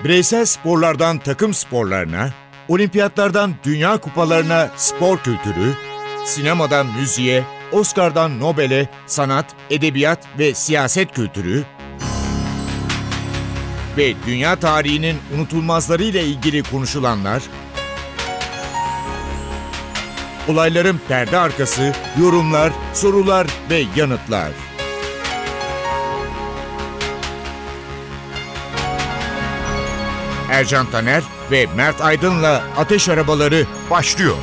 Bireysel sporlardan takım sporlarına, olimpiyatlardan dünya kupalarına spor kültürü, sinemadan müziğe, Oscar'dan Nobel'e sanat, edebiyat ve siyaset kültürü ve dünya tarihinin unutulmazlarıyla ilgili konuşulanlar, olayların perde arkası, yorumlar, sorular ve yanıtlar. Ercan Taner ve Mert Aydın'la Ateş Arabaları başlıyor.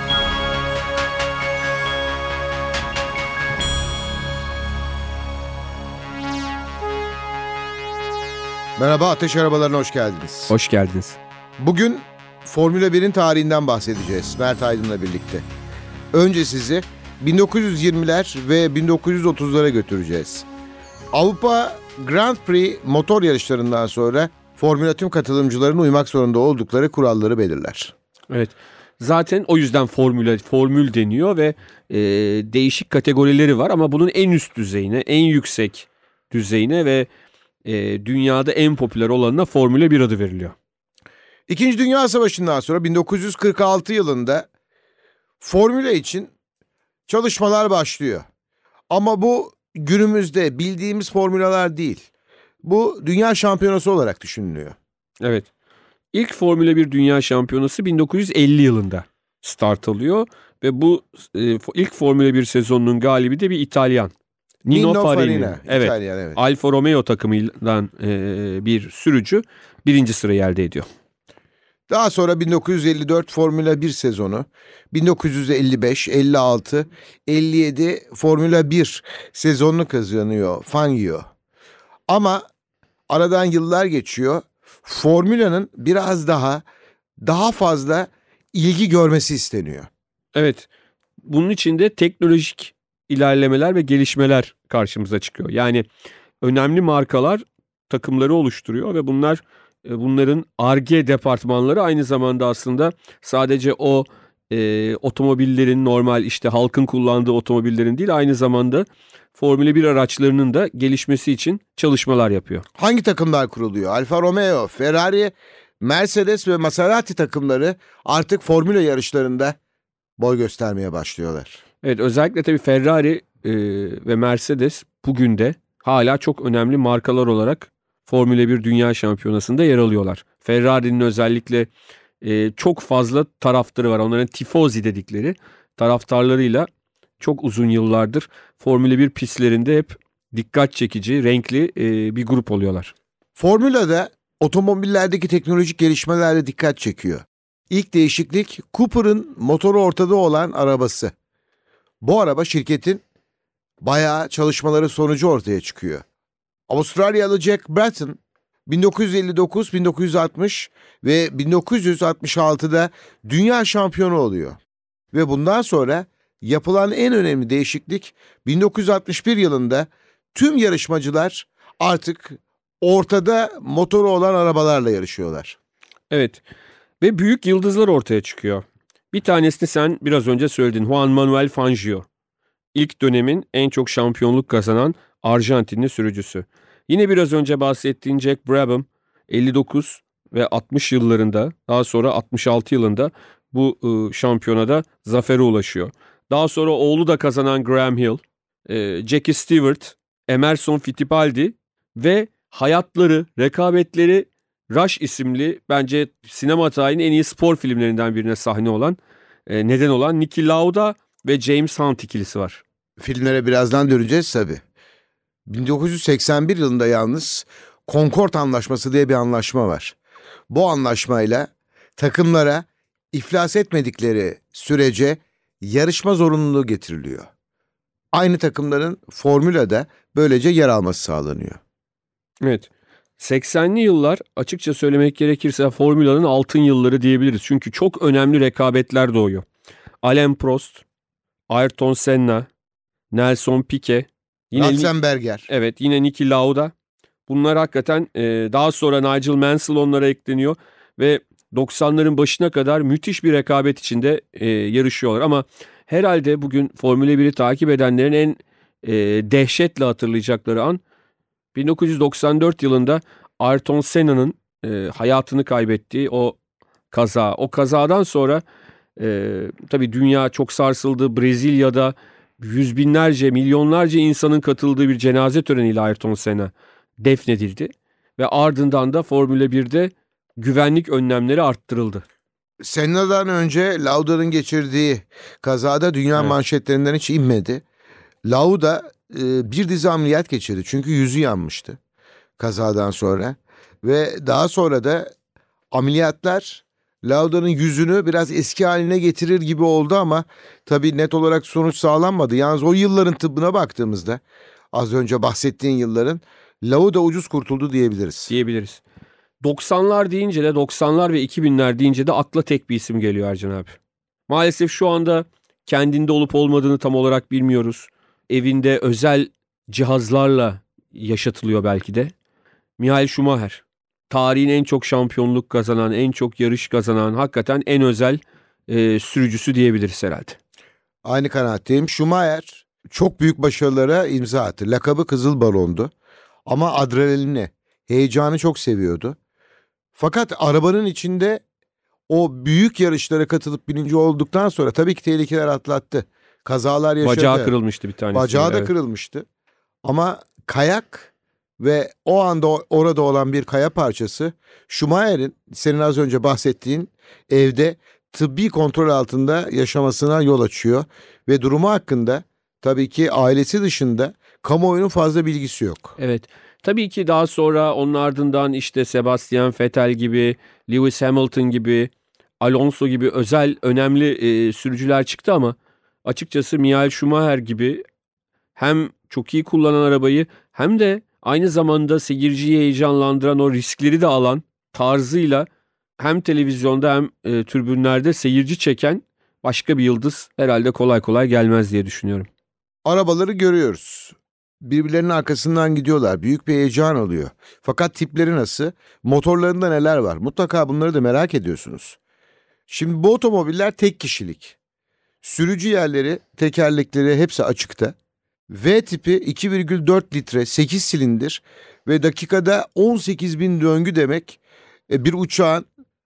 Merhaba, Ateş Arabalarına hoş geldiniz. Hoş geldiniz. Bugün Formula 1'in tarihinden bahsedeceğiz Mert Aydın'la birlikte. Önce sizi 1920'ler ve 1930'lara götüreceğiz. Avrupa Grand Prix motor yarışlarından sonra Formula tüm katılımcıların uymak zorunda oldukları kuralları belirler. Evet. Zaten o yüzden formül deniyor ve değişik kategorileri var ama bunun en üst düzeyine, en yüksek düzeyine ve dünyada en popüler olanına Formula 1 adı veriliyor. İkinci Dünya Savaşı'ndan sonra 1946 yılında Formula için çalışmalar başlıyor. Ama bu günümüzde bildiğimiz formülalar değil. Bu dünya şampiyonası olarak düşünülüyor. Evet. İlk Formula 1 Dünya Şampiyonası 1950 yılında start alıyor ve bu ilk Formula 1 sezonunun galibi de bir İtalyan. Nino Farina. Evet. İtalyan, evet. Alfa Romeo takımından bir sürücü birinci sırayı elde ediyor. Daha sonra 1954 Formula 1 sezonu, 1955, 56, 57 Formula 1 sezonunu kazanıyor Fangio. Ama aradan yıllar geçiyor. Formula'nın biraz daha fazla ilgi görmesi isteniyor. Evet. Bunun için de teknolojik ilerlemeler ve gelişmeler karşımıza çıkıyor. Yani önemli markalar takımları oluşturuyor ve bunların Ar-Ge departmanları aynı zamanda aslında sadece o otomobillerin normal işte halkın kullandığı otomobillerin değil aynı zamanda Formula 1 araçlarının da gelişmesi için çalışmalar yapıyor. Hangi takımlar kuruluyor? Alfa Romeo, Ferrari, Mercedes ve Maserati takımları artık Formula yarışlarında boy göstermeye başlıyorlar. Evet, özellikle tabii Ferrari ve Mercedes bugün de hala çok önemli markalar olarak Formula 1 Dünya Şampiyonası'nda yer alıyorlar. Ferrari'nin özellikle çok fazla taraftarı var. Onların tifozi dedikleri taraftarlarıyla çok uzun yıllardır Formula 1 pistlerinde hep dikkat çekici, renkli bir grup oluyorlar. Formula'da otomobillerdeki teknolojik gelişmelerle dikkat çekiyor. İlk değişiklik Cooper'ın motoru ortada olan arabası. Bu araba şirketin bayağı çalışmaları sonucu ortaya çıkıyor. Avustralyalı Jack Brabham 1959, 1960 ve 1966'da dünya şampiyonu oluyor. Ve bundan sonra yapılan en önemli değişiklik 1961 yılında tüm yarışmacılar artık ortada motoru olan arabalarla yarışıyorlar. Evet ve büyük yıldızlar ortaya çıkıyor. Bir tanesini sen biraz önce söyledin, Juan Manuel Fangio. İlk dönemin en çok şampiyonluk kazanan Arjantinli sürücüsü. Yine biraz önce bahsettiğin Jack Brabham 59 ve 60 yıllarında, daha sonra 66 yılında bu şampiyonada zafere ulaşıyor. Daha sonra oğlu da kazanan Graham Hill, Jackie Stewart, Emerson Fittipaldi ve hayatları, rekabetleri Rush isimli bence sinema tarihinin en iyi spor filmlerinden birine sahne olan, neden olan Niki Lauda ve James Hunt ikilisi var. Filmlere birazdan döneceğiz tabii. 1981 yılında yalnız Concord Anlaşması diye bir anlaşma var. Bu anlaşmayla takımlara iflas etmedikleri sürece yarışma zorunluluğu getiriliyor. Aynı takımların Formula'da böylece yer alması sağlanıyor. Evet. 80'li yıllar açıkça söylemek gerekirse Formula'nın altın yılları diyebiliriz. Çünkü çok önemli rekabetler doğuyor. Alain Prost, Ayrton Senna, Nelson Piquet, Ratzenberger. Evet, yine Niki Lauda. Bunlar hakikaten daha sonra Nigel Mansell onlara ekleniyor ve 90'ların başına kadar müthiş bir rekabet içinde yarışıyorlar. Ama herhalde bugün Formula 1'i takip edenlerin en dehşetle hatırlayacakları an 1994 yılında Ayrton Senna'nın hayatını kaybettiği o kaza. O kazadan sonra tabii dünya çok sarsıldı. Brezilya'da yüz binlerce, milyonlarca insanın katıldığı bir cenaze töreniyle Ayrton Senna defnedildi. Ve ardından da Formula 1'de güvenlik önlemleri arttırıldı. Senna'dan önce Lauda'nın geçirdiği kazada dünya manşetlerinden hiç inmedi. Lauda bir dizi ameliyat geçirdi çünkü yüzü yanmıştı kazadan sonra. Ve daha sonra da ameliyatlar Lauda'nın yüzünü biraz eski haline getirir gibi oldu ama tabii net olarak sonuç sağlanmadı. Yalnız o yılların tıbbına baktığımızda, az önce bahsettiğin yılların, Lauda ucuz kurtuldu diyebiliriz. 90'lar deyince de 90'lar ve 2000'ler deyince de akla tek bir isim geliyor Ercan abi. Maalesef şu anda kendinde olup olmadığını tam olarak bilmiyoruz. Evinde özel cihazlarla yaşatılıyor belki de. Michael Schumacher. Tarihin en çok şampiyonluk kazanan, en çok yarış kazanan, hakikaten en özel sürücüsü diyebiliriz herhalde. Aynı kanaatteyim. Schumacher çok büyük başarılara imza attı. Lakabı Kızıl Baron'du. Ama adrenalini, heyecanı çok seviyordu. Fakat arabanın içinde o büyük yarışlara katılıp birinci olduktan sonra tabii ki tehlikeler atlattı. Kazalar yaşadı. Bacağı kırılmıştı bir tanesi. Bacağı da kırılmıştı. Ama kayak ve o anda orada olan bir kaya parçası Schumacher'in senin az önce bahsettiğin evde tıbbi kontrol altında yaşamasına yol açıyor. Ve durumu hakkında tabii ki ailesi dışında kamuoyunun fazla bilgisi yok. Evet. Tabii ki daha sonra onun ardından işte Sebastian Vettel gibi, Lewis Hamilton gibi, Alonso gibi özel önemli sürücüler çıktı ama açıkçası Michael Schumacher gibi hem çok iyi kullanan arabayı hem de aynı zamanda seyirciyi heyecanlandıran o riskleri de alan tarzıyla hem televizyonda hem tribünlerde seyirci çeken başka bir yıldız herhalde kolay kolay gelmez diye düşünüyorum. Arabaları görüyoruz. Birbirlerinin arkasından gidiyorlar. Büyük bir heyecan oluyor. Fakat tipleri nasıl? Motorlarında neler var? Mutlaka bunları da merak ediyorsunuz. Şimdi bu otomobiller tek kişilik. Sürücü yerleri, tekerlekleri hepsi açıkta. V tipi 2,4 litre 8 silindir ve dakikada 18.000 döngü demek. Bir uçağın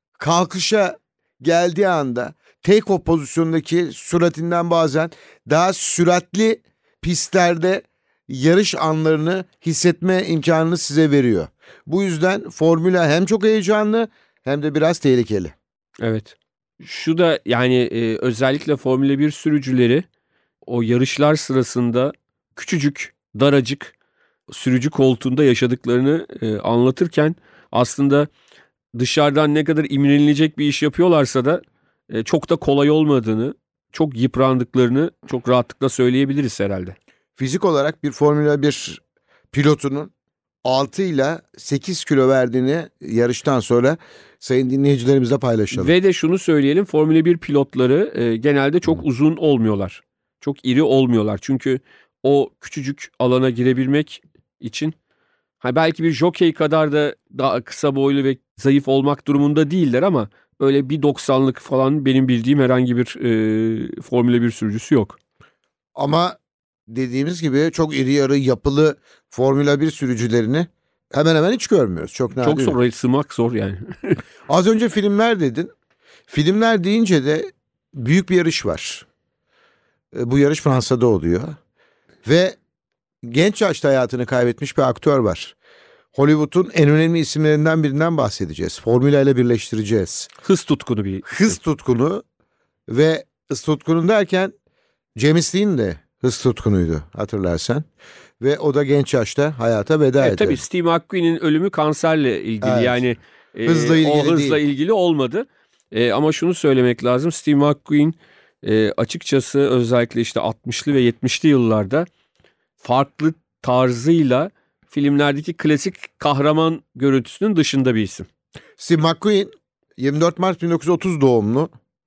kalkışa geldiği anda take-off pozisyonundaki süratinden bazen daha süratli pistlerde yarış anlarını hissetme imkanını size veriyor. Bu yüzden Formula hem çok heyecanlı hem de biraz tehlikeli. Evet. Şu da yani özellikle Formula 1 sürücüleri o yarışlar sırasında küçücük, daracık sürücü koltuğunda yaşadıklarını anlatırken aslında dışarıdan ne kadar imrenilecek bir iş yapıyorlarsa da çok da kolay olmadığını, çok yıprandıklarını çok rahatlıkla söyleyebiliriz herhalde. Fizik olarak bir Formula 1 pilotunun 6 ile 8 kilo verdiğini yarıştan sonra sayın dinleyicilerimizle paylaşalım. Ve de şunu söyleyelim, Formula 1 pilotları genelde çok uzun olmuyorlar. Çok iri olmuyorlar. Çünkü o küçücük alana girebilmek için belki bir jokey kadar da daha kısa boylu ve zayıf olmak durumunda değiller ama öyle 1.90'lık falan benim bildiğim herhangi bir Formula 1 sürücüsü yok. Ama dediğimiz gibi çok iri yarı yapılı Formula 1 sürücülerini hemen hemen hiç görmüyoruz. Çok nadir. Çok zor, orayı sığmak zor yani. Az önce filmler dedin. Filmler deyince de büyük bir yarış var. Bu yarış Fransa'da oluyor. Ve genç yaşta hayatını kaybetmiş bir aktör var. Hollywood'un en önemli isimlerinden birinden bahsedeceğiz. Formula ile birleştireceğiz. Hız tutkunu bir. Hız tutkunu ve hız tutkunu derken James Dean de hız tutkunuydu hatırlarsan. Ve o da genç yaşta hayata veda etti. Tabii Steve McQueen'in ölümü kanserle ilgili. Evet. Yani hızla ilgili o hızla ilgili olmadı. Ama şunu söylemek lazım. Steve McQueen açıkçası özellikle işte 60'lı ve 70'li yıllarda farklı tarzıyla filmlerdeki klasik kahraman görüntüsünün dışında bir isim. Steve McQueen 24 Mart 1930 doğumlu.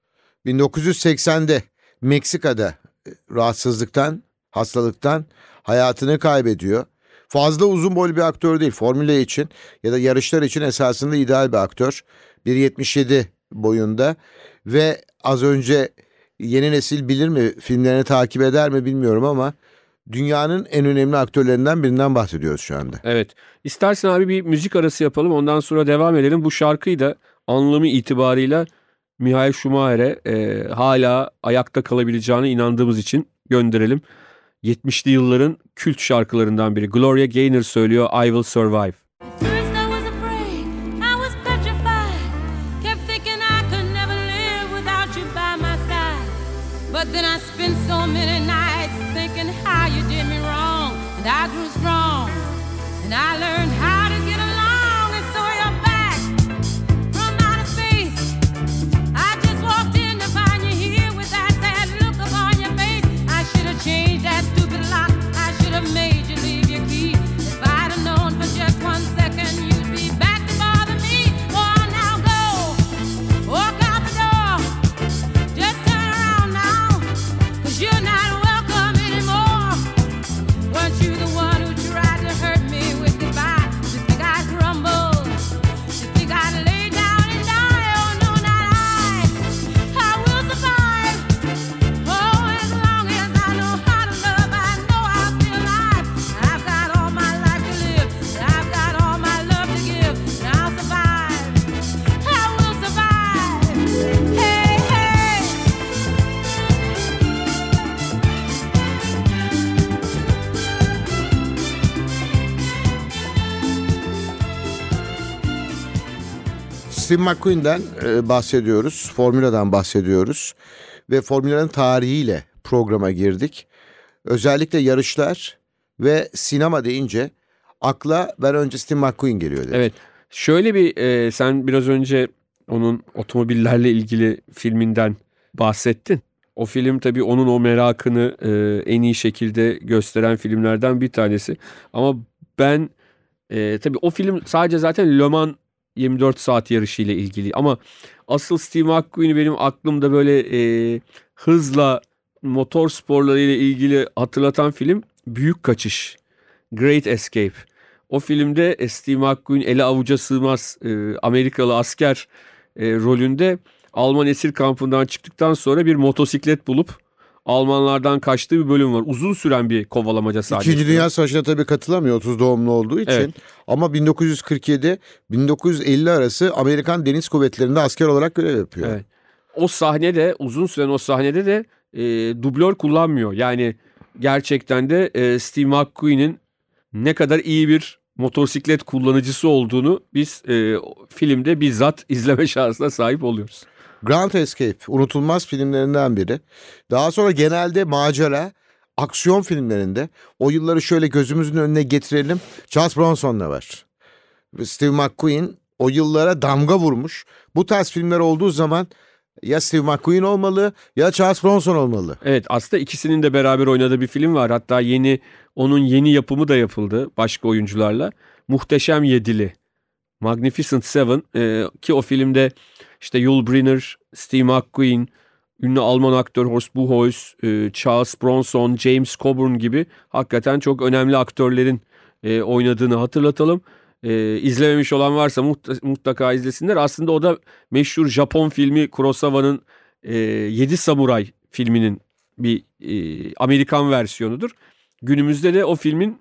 1980'de Meksika'da rahatsızlıktan, hastalıktan hayatını kaybediyor. Fazla uzun boylu bir aktör değil. Formula için ya da yarışlar için esasında ideal bir aktör. 1.77 boyunda ve az önce yeni nesil bilir mi, filmlerini takip eder mi bilmiyorum ama dünyanın en önemli aktörlerinden birinden bahsediyoruz şu anda. Evet. İstersen abi bir müzik arası yapalım. Ondan sonra devam edelim. Bu şarkıyı da anlamı itibarıyla Michael Schumacher'e hala ayakta kalabileceğine inandığımız için gönderelim. 70'li yılların kült şarkılarından biri. Gloria Gaynor söylüyor I Will Survive. First I was afraid, I was petrified. Kept thinking I could never live without you by my side. But then I spent so many nights thinking how you did me wrong. And I grew strong, and I learned how to get along. And so you're back from outer space. I just walked in to find you here with that sad look upon your face. I should have changed that stupid lock. I should have made you leave your key. If I'd have known for just 1 second you'd be back to bother me. Oh, now go, walk out the door. Just turn around now, 'cause you're not welcome anymore. Weren't you the one who tried to hurt me with goodbye? You think I'd crumble? You think I'd lay down and die? Oh, no, not I. I will survive. Oh, as long as I know how to love, I know I'll be alive. I've got all my life to live, and I've got all my love to give, and I'll survive. I will survive. Hey, hey. Steve McQueen'den bahsediyoruz, Formula'dan bahsediyoruz ve Formula'nın tarihiyle programa girdik. Özellikle yarışlar ve sinema deyince akla ben önce Steve McQueen geliyor dedim. Evet. Şöyle bir sen biraz önce onun otomobillerle ilgili filminden bahsettin. O film tabii onun o merakını en iyi şekilde gösteren filmlerden bir tanesi. Ama ben tabii o film sadece zaten Le Mans 24 saat yarışı ile ilgili. Ama asıl Steve McQueen'i benim aklımda böyle hızla motor sporları ile ilgili hatırlatan film Büyük Kaçış. Great Escape. O filmde Steve McQueen ele avuca sığmaz Amerikalı asker rolünde Alman esir kampından çıktıktan sonra bir motosiklet bulup Almanlardan kaçtığı bir bölüm var. Uzun süren bir kovalamaca sahnesi. İkinci Dünya Savaşı'na tabii katılamıyor 30 doğumlu olduğu için. Evet. Ama 1947-1950 arası Amerikan Deniz Kuvvetleri'nde asker olarak görev yapıyor. Evet. O sahnede uzun süren o sahnede de dublör kullanmıyor. Yani gerçekten de Steve McQueen'in ne kadar iyi bir motosiklet kullanıcısı olduğunu biz filmde bizzat izleme şansına sahip oluyoruz. Grand Escape unutulmaz filmlerinden biri. Daha sonra genelde macera, aksiyon filmlerinde o yılları şöyle gözümüzün önüne getirelim. Charles Bronson'la var. Steve McQueen o yıllara damga vurmuş. Bu tarz filmler olduğu zaman ya Steve McQueen olmalı ya Charles Bronson olmalı. Evet, aslında ikisinin de beraber oynadığı bir film var. Hatta onun yeni yapımı da yapıldı başka oyuncularla. Muhteşem Yedili. Magnificent Seven ki o filmde işte Yul Brynner, Steve McQueen, ünlü Alman aktör Horst Buchholz, Charles Bronson, James Coburn gibi hakikaten çok önemli aktörlerin oynadığını hatırlatalım. İzlememiş olan varsa mutlaka izlesinler. Aslında o da meşhur Japon filmi Kurosawa'nın 7 Samuray filminin bir Amerikan versiyonudur. Günümüzde de o filmin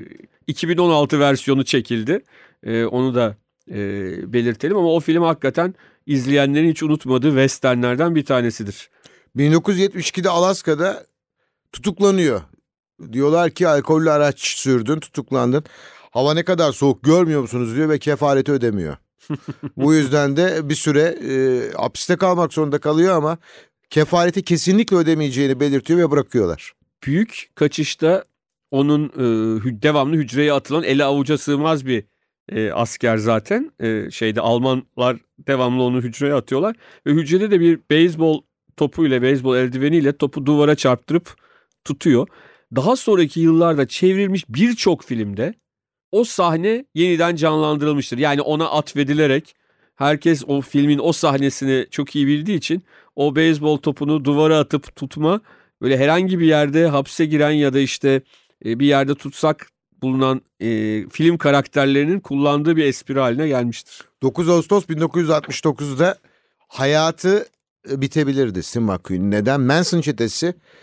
2016 versiyonu çekildi. Onu da belirtelim ama o film hakikaten izleyenlerin hiç unutmadığı westernlerden bir tanesidir. 1972'de Alaska'da tutuklanıyor. Diyorlar ki alkollü araç sürdün, tutuklandın. Hava ne kadar soğuk görmüyor musunuz diyor ve kefareti ödemiyor. Bu yüzden de bir süre hapiste kalmak zorunda kalıyor ama kefareti kesinlikle ödemeyeceğini belirtiyor ve bırakıyorlar. Büyük Kaçış'ta onun devamlı hücreye atılan ele avuca sığmaz bir asker zaten. Almanlar devamlı onu hücreye atıyorlar. Ve hücrede de bir beyzbol topuyla, beyzbol eldiveniyle topu duvara çarptırıp tutuyor. Daha sonraki yıllarda çevrilmiş birçok filmde o sahne yeniden canlandırılmıştır. Yani ona atfedilerek herkes o filmin o sahnesini çok iyi bildiği için o beyzbol topunu duvara atıp tutma böyle herhangi bir yerde hapse giren ya da işte bir yerde tutsak bulunan film karakterlerinin kullandığı bir espri haline gelmiştir. 9 Ağustos 1969'da hayatı bitebilirdi Steve McQueen. Neden? Manson çetesi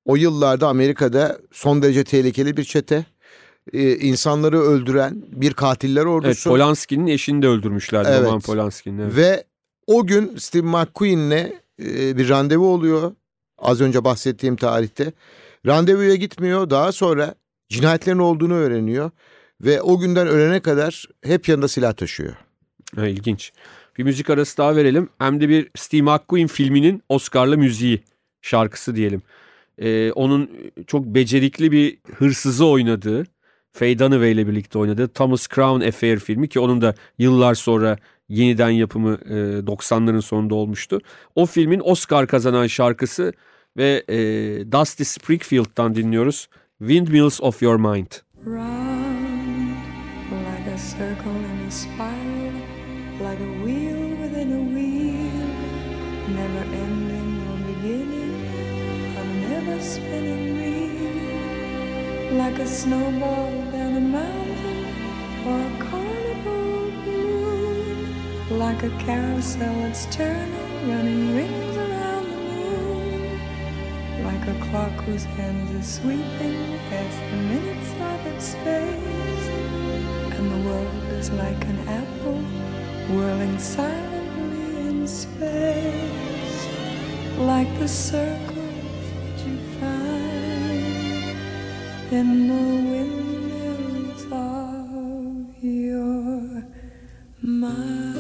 O yıllarda Amerika'da son derece tehlikeli bir çete. İnsanları öldüren bir katiller Evet, ordusu. Polanski'nin eşini de öldürmüşlerdi. Evet. Roman Polanski'nin. Evet. Ve o gün Steve McQueen'le bir randevu oluyor. Az önce bahsettiğim tarihte. Randevuya gitmiyor. Daha sonra cinayetlerin olduğunu öğreniyor. Ve o günden ölene kadar hep yanında silah taşıyor. İlginç. Bir müzik arası daha verelim. Hem de bir Steve McQueen filminin Oscar'lı müziği, şarkısı diyelim. Onun çok becerikli bir hırsızı oynadığı, Faye Dunaway ile birlikte oynadığı Thomas Crown Affair filmi, ki onun da yıllar sonra yeniden yapımı 90'ların sonunda olmuştu. O filmin Oscar kazanan şarkısı ve Dusty Springfield'dan dinliyoruz. Windmills of Your Mind. Round like a circle in a spiral, like a wheel within a wheel, never ending or beginning, a never spinning reel, like a snowball down a mountain or a carnival balloon, like a carousel that's turning, running rings around the moon, like a clock whose hands are sweeping past the minutes of its face, and the world is like an apple whirling silently in space, like the circles that you find in the windmills of your mind.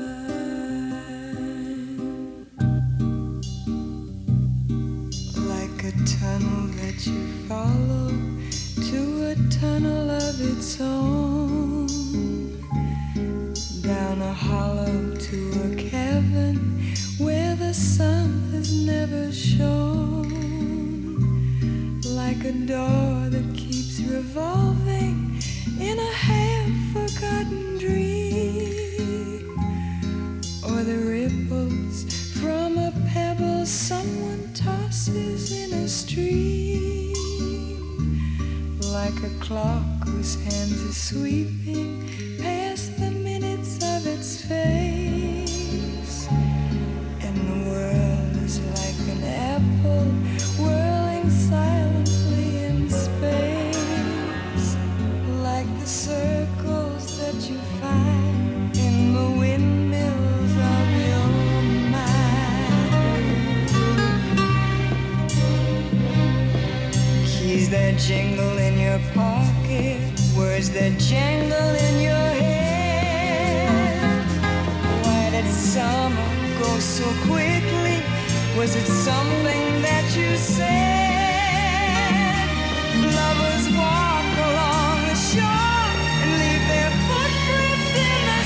Like a tunnel that you follow to a tunnel of its own, down a hollow to a cavern where the sun has never shone, like a door that keeps revolving in a half-forgotten dream, or the ripples from a pebble someone tosses in a stream, like a clock whose hands are sweeping past the minutes of its face, and the world is like an apple whirling silently in space, like the circles that you find in the windmills of your mind. Keys that jingle in your pocket, words that jangle in your head. Why did summer go so quickly? Was it something that you said? Lovers walk along the shore and leave their footprints in the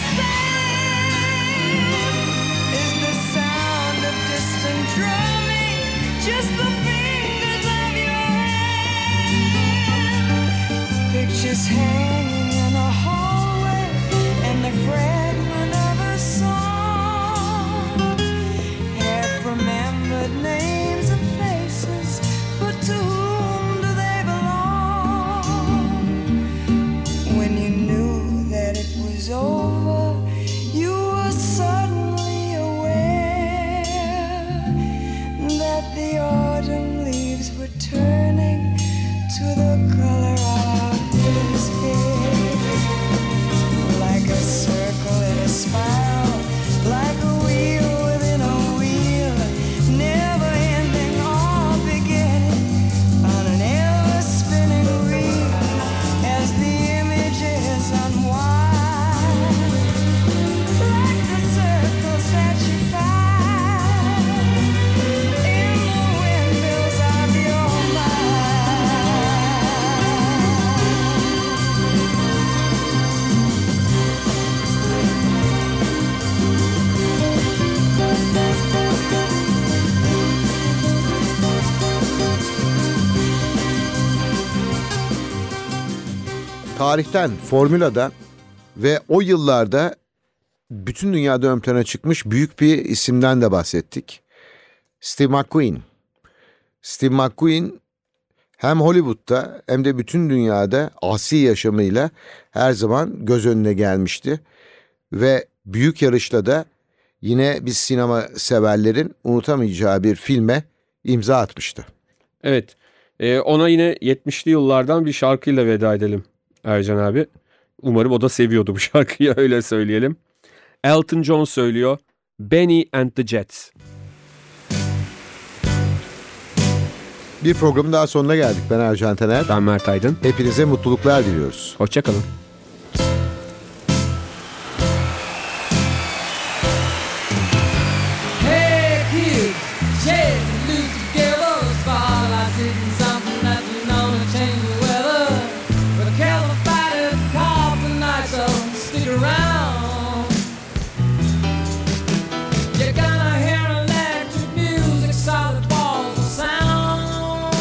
sand. Is the sound of distant drumming just the fingers of your hand? Pictures hanging in a hallway and the fragment of a song, half remembered names and faces, but to whom do they belong? When you knew that it was over, you were suddenly aware that the autumn leaves were turning to the color of his hair, like a circle in a spiral, like a wheel within a wheel, never ending or beginning, on an ever spinning reel, as the images unwind, like the circles that you find in the windmills of your mind. Tarihten, formüladan ve o yıllarda bütün dünyada ön plana çıkmış büyük bir isimden de bahsettik. Steve McQueen. Steve McQueen hem Hollywood'da hem de bütün dünyada asi yaşamıyla her zaman göz önüne gelmişti. Ve büyük yarışla da yine biz sinema severlerin unutamayacağı bir filme imza atmıştı. Evet. Ona yine 70'li yıllardan bir şarkıyla veda edelim Ercan abi. Umarım o da seviyordu bu şarkıyı, öyle söyleyelim. Elton John söylüyor. Benny and the Jets. Bir programın daha sonuna geldik. Ben Ercan Taner. Ben Mert Aydın. Hepinize mutluluklar diliyoruz. Hoşçakalın. Hey kids, shake and loose together. Spotlight hitting something that's known to change the weather. But a calified call tonight, so stick around. You're gonna hear electric music, solid balls of sound.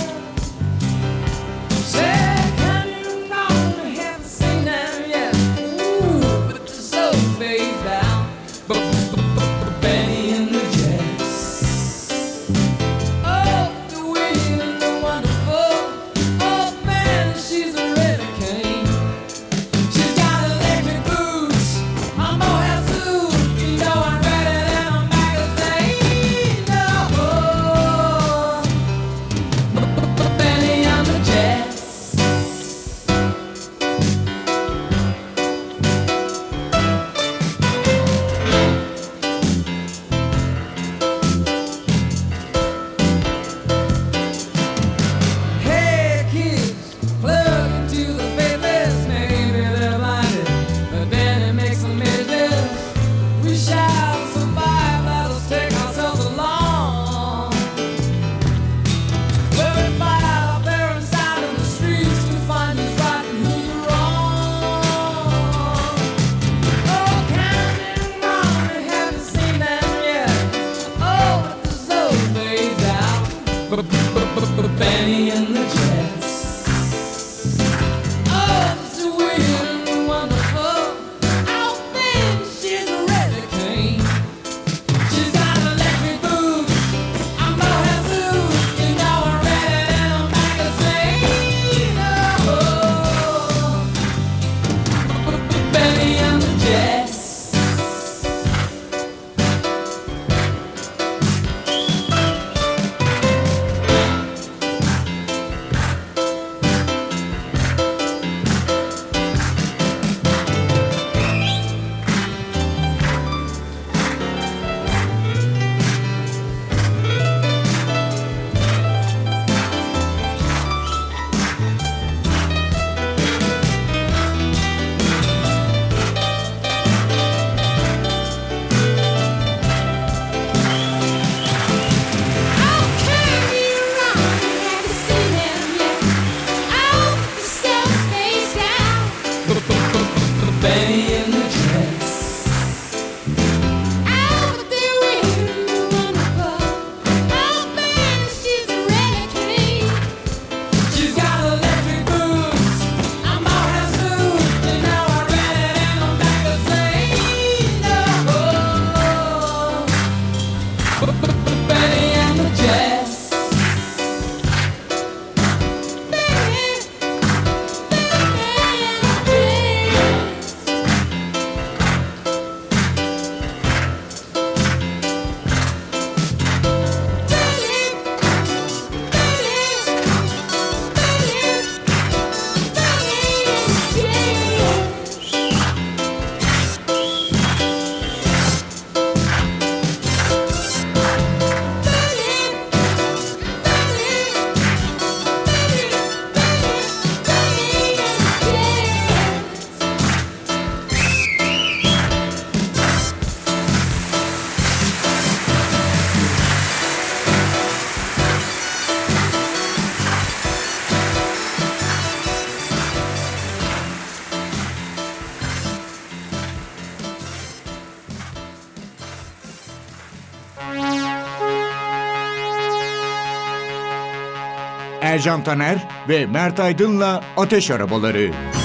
Say, can you know I haven't seen them yet? Ooh, but the soul fades down. Benny and the Jets. Oh, the weird and the wonderful. Oh man, she's a really king. She's got electric boots. I'm Moab Zoo. You know I'm better than a magazine. Oh, Benny and the Jets. Hey kids, plug into the faithless. Maybe they're blinded, but then it makes them midless. We shall survive, let us take ourselves along. We'll be fight out there inside of the streets to find who's right and who's wrong. Oh, counting wrong, we haven't seen them yet. Oh, but the soul fades out. Benny and the Jets. Oh, so weird and wonderful. Oh, man, she's a really queen. She's got electric boots. I'm Moab Zoo. You know I'm ready than a magazine. Oh, Benny and the Jets. Oh, can you run? Haven't seen them yet. Oh, the soul stays down. Benny and the Jets. Oh, but they're weird and wonderful. Oh, man, she's a really queen. She's got electric boots. I'm Moab Zoo. You know I read it in a magazine. Oh, Benny and the Jets. Benny and the Ercan Taner ve Mert Aydın'la Ateş Arabaları.